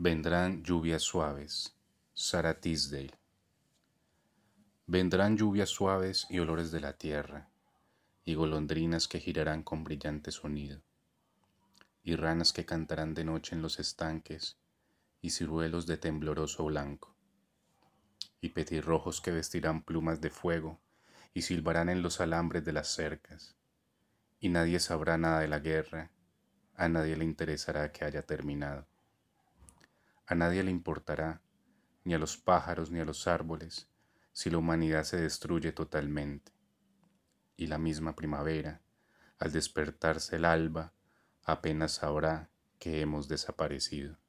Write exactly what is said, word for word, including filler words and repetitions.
Vendrán lluvias suaves. Sarah Tisdale. Vendrán lluvias suaves y olores de la tierra, y golondrinas que girarán con brillante sonido, y ranas que cantarán de noche en los estanques, y ciruelos de tembloroso blanco, y petirrojos que vestirán plumas de fuego, y silbarán en los alambres de las cercas, y nadie sabrá nada de la guerra, a nadie le interesará que haya terminado. A nadie le importará, ni a los pájaros ni a los árboles, si la humanidad se destruye totalmente. Y la misma primavera, al despertarse el alba, apenas sabrá que hemos desaparecido.